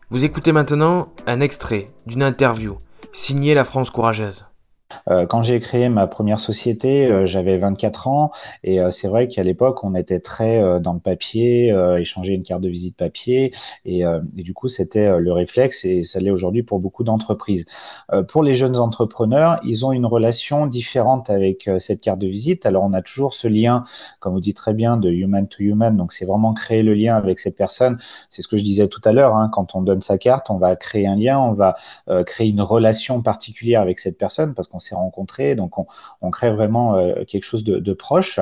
Vous écoutez maintenant un extrait d'une interview signée La France Courageuse. Quand j'ai créé ma première société, j'avais 24 ans et c'est vrai qu'à l'époque, on était très dans le papier, échanger une carte de visite papier et du coup, c'était le réflexe et ça l'est aujourd'hui pour beaucoup d'entreprises. Pour les jeunes entrepreneurs, ils ont une relation différente avec cette carte de visite. Alors, on a toujours ce lien, comme vous dites très bien, de human to human. Donc, c'est vraiment créer le lien avec cette personne. C'est ce que je disais tout à l'heure, hein, quand on donne sa carte, on va créer un lien, on va créer une relation particulière avec cette personne parce qu'on s'est rencontrés, donc on crée vraiment quelque chose de proche.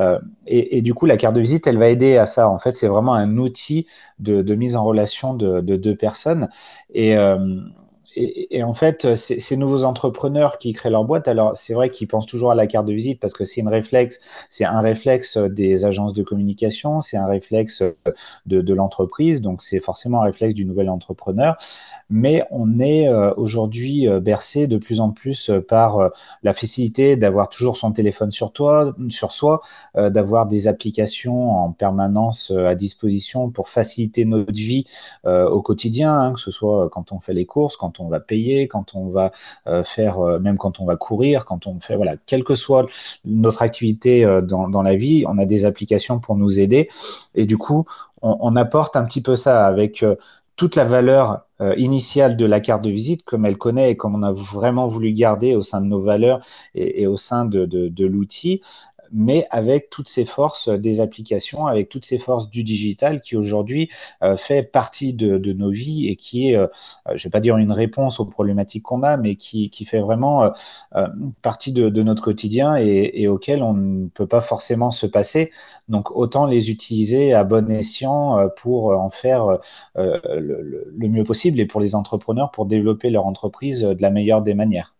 Et du coup, la carte de visite, elle va aider à ça. En fait, c'est vraiment un outil de mise en relation de deux personnes. Et, euh, et en fait, ces nouveaux entrepreneurs qui créent leur boîte, alors c'est vrai qu'ils pensent toujours à la carte de visite parce que c'est un réflexe des agences de communication, c'est un réflexe de l'entreprise, donc c'est forcément un réflexe du nouvel entrepreneur. Mais on est aujourd'hui bercé de plus en plus par la facilité d'avoir toujours son téléphone sur soi, d'avoir des applications en permanence à disposition pour faciliter notre vie au quotidien, hein, que ce soit quand on fait les courses, quand on va payer, quand on va même quand on va courir, quand on fait, voilà, quelle que soit notre activité dans la vie, on a des applications pour nous aider. Et du coup, on apporte un petit peu ça avec toute la valeur initiale de la carte de visite, comme elle connaît et comme on a vraiment voulu garder au sein de nos valeurs et au sein de l'outil, mais avec toutes ces forces des applications, avec toutes ces forces du digital qui aujourd'hui fait partie de nos vies et qui est, je ne vais pas dire une réponse aux problématiques qu'on a, mais qui fait vraiment partie de notre quotidien et auquel on ne peut pas forcément se passer. Donc autant les utiliser à bon escient pour en faire le mieux possible et pour les entrepreneurs pour développer leur entreprise de la meilleure des manières.